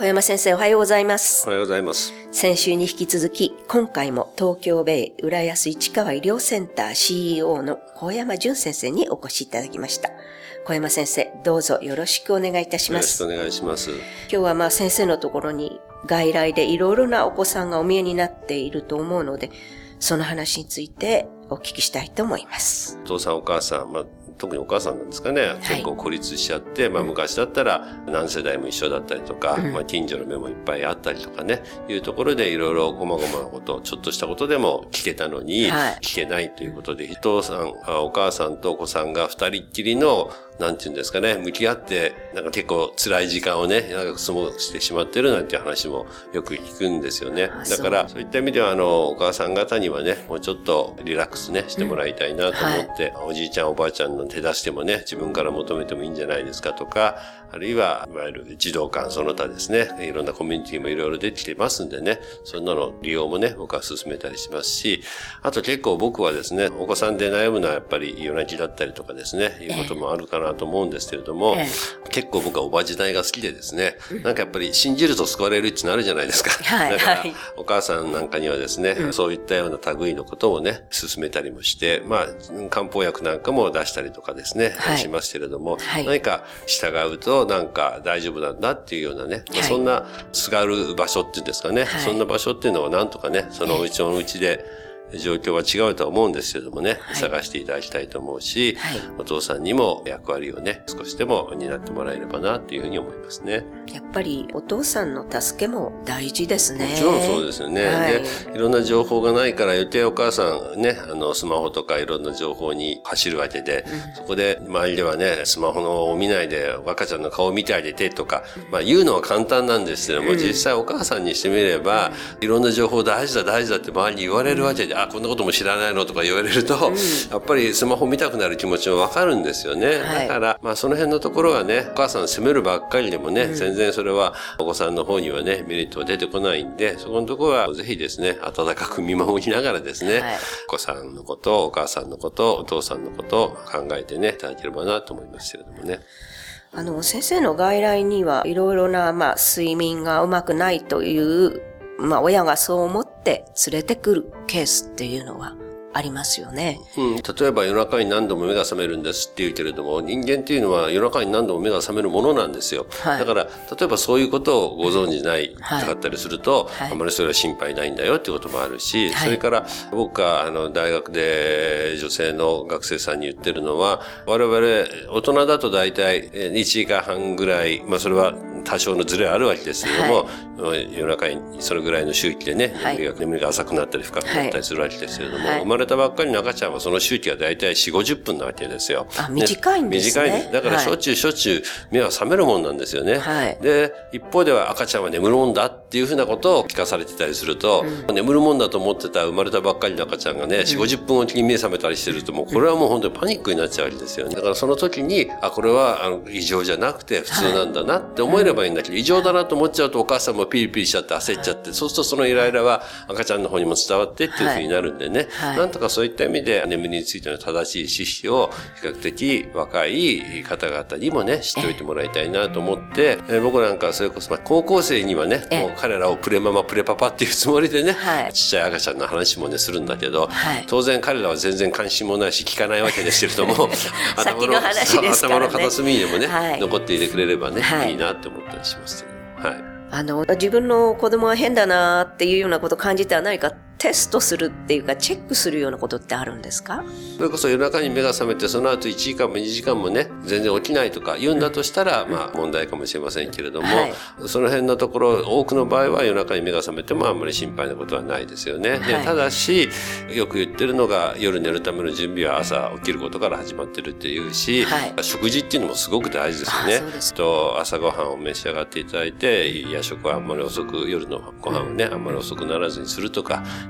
小山先生、おはようございます。 おはようございます。 先週に引き続き、今回も東京ベイ浦安市川医療センター CEO の小山淳先生にお越しいただきました。小山先生、どうぞよろしくお願いいたします。 よろしくお願いします。 今日は先生のところに外来でいろいろなお子さんがお見えになっていると思うので、その話についてお聞きしたいと思います。 お父さんお母さん、特にお母さんなんですかね、結構孤立しちゃって、昔だったら何世代も一緒だったりとか、近所の目もいっぱいあったりとかね、いうところでいろいろ細々なこと、ちょっとしたことでも聞けたのに、聞けないということで、お父さん、お母さんとお子さんが二人っきりの、なんていうんですかね、向き合って、結構辛い時間をね、過ごしてしまってるなんていう話もよく聞くんですよね。だから、そういった意味では、お母さん方にはね、もうちょっとリラックスね、してもらいたいなと思って、おじいちゃんおばあちゃんの手出してもね、自分から求めてもいいんじゃないですかとか、あるいは、いわゆる児童館その他ですね、いろんなコミュニティもいろいろ出てきてますんでね、そんなの利用もね、僕は進めたりしますし、あと結構僕はですね、お子さんで悩むのはやっぱり夜泣きだったりとかですね、いうこともあるかなと思うんですけれども、結構僕はおば時代が好きでですね、やっぱり信じると救われるってなるじゃないですか。だから、お母さんなんかにはですね、そういったような類のことをね、進めたりもして、漢方薬なんかも出したりとかですね、しますけれども、何か従うと大丈夫なんだっていうようなね、そんなすがる場所っていうんですかね、そんな場所っていうのはなんとかね、そのうちのうちで、状況は違うとは思うんですけれどもね、探していただきたいと思うし、お父さんにも役割をね、少しでも担ってもらえればなっていうふうに思いますね。 やっぱりお父さんの助けも大事ですね。 もちろんそうですよね。で、いろんな情報がないから余計お母さんね、スマホとかいろんな情報に走るわけで、そこで周りではね、スマホを見ないで赤ちゃんの顔を見てあげてとか、言うのは簡単なんですけども、実際お母さんにしてみれば、いろんな情報大事だって周りに言われるわけで、こんなことも知らないのとか言われると、やっぱりスマホ見たくなる気持ちもわかるんですよね。だから、その辺のところはね、お母さん責めるばっかりでもね、全然それはお子さんの方にはね、メリットは出てこないんで、そこのところはぜひですね、温かく見守りながらですね、お子さんのこと、お母さんのこと、お父さんのことを考えてね、いただければなと思いますけれどもね。 先生の外来にはいろいろな、睡眠がうまくないという、親がそう思って連れてくるケースっていうのはありますよね。 例えば夜中に何度も目が覚めるんですって言うけれども、人間っていうのは夜中に何度も目が覚めるものなんですよ。だから、例えばそういうことをご存じないかったりすると、あまりそれは心配ないんだよっていうこともあるし、それから僕が大学で女性の学生さんに言ってるのは、我々大人だと大体1時間半ぐらい、それは多少のズレあるわけですけれども、夜中にそれぐらいの周期でね、眠りが浅くなったり深くなったりするわけですけれども、生まれたばっかりの赤ちゃんはその周期が大体4、50分なわけですよ。 短いんですね。 短いんです。だからしょっちゅう目は覚めるもんなんですよね。で、一方では赤ちゃんは眠るもんだっていうふうなことを聞かされてたりすると、眠るもんだと思ってた生まれたばっかりの赤ちゃんがね、4、50分おきに目覚めたりしてると、もうこれはもう本当にパニックになっちゃうわけですよね。だからその時に、これは異常じゃなくて普通なんだなって思えればいいんだけど、異常だなと思っちゃうとお母さんもピリピリしちゃって焦っちゃって、そうするとそのイライラは赤ちゃんの方にも伝わってっていうふうになるんでね、なんとかそういった意味で眠りについての正しい知識を比較的若い方々にもね、知っておいてもらいたいなと思って、僕なんかはそれこそ高校生にはね、もう彼らをプレママプレパパっていうつもりでね、ちっちゃい赤ちゃんの話もねするんだけど、当然彼らは全然関心もないし聞かないわけですけれども先の話ですからね、 頭の片隅にでもね、残っていてくれればね、いいなって思ったりしますけど。 自分の子供は変だなっていうようなことを感じては何かテストするっていうかチェックするようなことってあるんですか？ それこそ夜中に目が覚めてその後1時間も2時間もね全然起きないとか言うんだとしたら問題かもしれませんけれども、その辺のところ多くの場合は夜中に目が覚めてもあんまり心配なことはないですよね。でただしよく言ってるのが夜寝るための準備は朝起きることから始まってるっていうし、食事っていうのもすごく大事ですよね。朝ごはんを召し上がっていただいて夜食はあんまり遅く夜のご飯をねあんまり遅くならずにするとか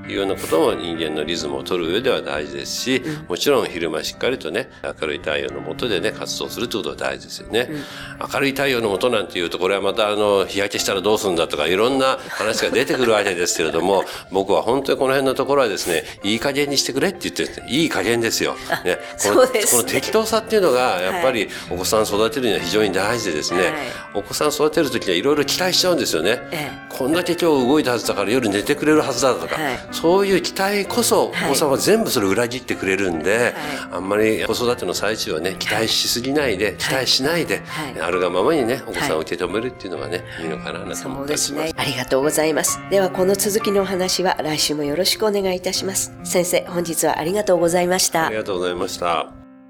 いうようなことも人間のリズムを取る上では大事ですし、もちろん昼間しっかりとね、明るい太陽の下でね、活動するということは大事ですよね。明るい太陽の下なんていうと、これはまた日焼けしたらどうするんだとか、いろんな話が出てくるわけですけれども、僕は本当にこの辺のところはですね、いい加減にしてくれって言って、いい加減ですよ。ね、 そうですね。 この適当さっていうのが、やっぱりお子さん育てるには非常に大事でですね、お子さん育てるときにはいろいろ期待しちゃうんですよね。こんだけ今日動いたはずだから夜寝てくれるはずだとか、そういう期待こそ、お子さんは全部それを裏切ってくれるんで、あんまり子育ての最中はね、期待しすぎないで、期待しないで、あるがままにね、お子さんを受け止めるっていうのがね、いいのかなと思ってます。 そうですね。ありがとうございます。では、この続きのお話は来週もよろしくお願いいたします。先生、本日はありがとうございました。 ありがとうございました。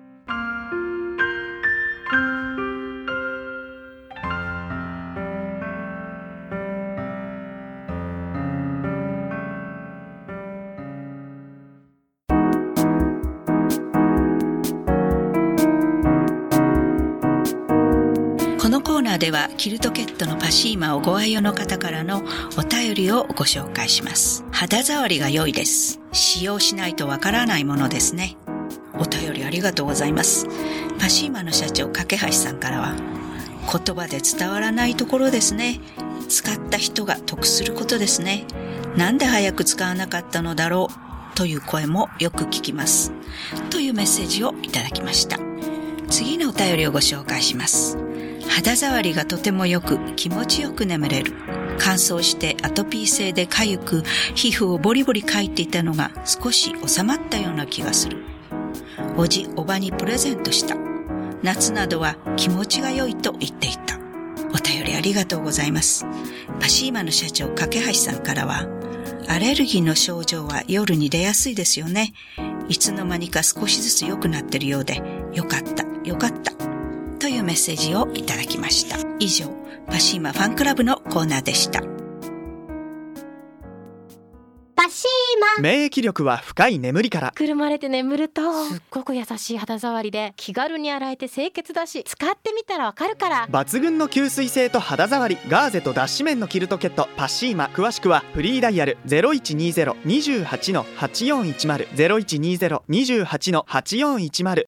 このコーナーではキルトケットのパシーマをご愛用の方からのお便りをご紹介します。肌触りが良いです。使用しないとわからないものですね。お便りありがとうございます。パシーマの社長架橋さんからは、言葉で伝わらないところですね。使った人が得することですね。なんで早く使わなかったのだろうという声もよく聞きます。というメッセージをいただきました。次のお便りをご紹介します。肌触りがとても良く気持ちよく眠れる。乾燥してアトピー性で痒く皮膚をボリボリかいていたのが少し収まったような気がする。おじおばにプレゼントした。夏などは気持ちが良いと言っていた。お便りありがとうございます。パシーマの社長架橋さんからは、アレルギーの症状は夜に出やすいですよね。いつの間にか少しずつ良くなっているようで、よかったよかったというメッセージをいただきました。以上、パシーマファンクラブのコーナーでした。 パシーマ。 免疫力は深い眠りから。 くるまれて眠るとすっごく優しい肌触りで気軽に洗えて清潔だし、使ってみたらわかるから。 抜群の吸水性と肌触り、ガーゼと脱脂綿のキルトケットパシーマ。詳しくはフリーダイヤル 0120-28-8410 0120-28-8410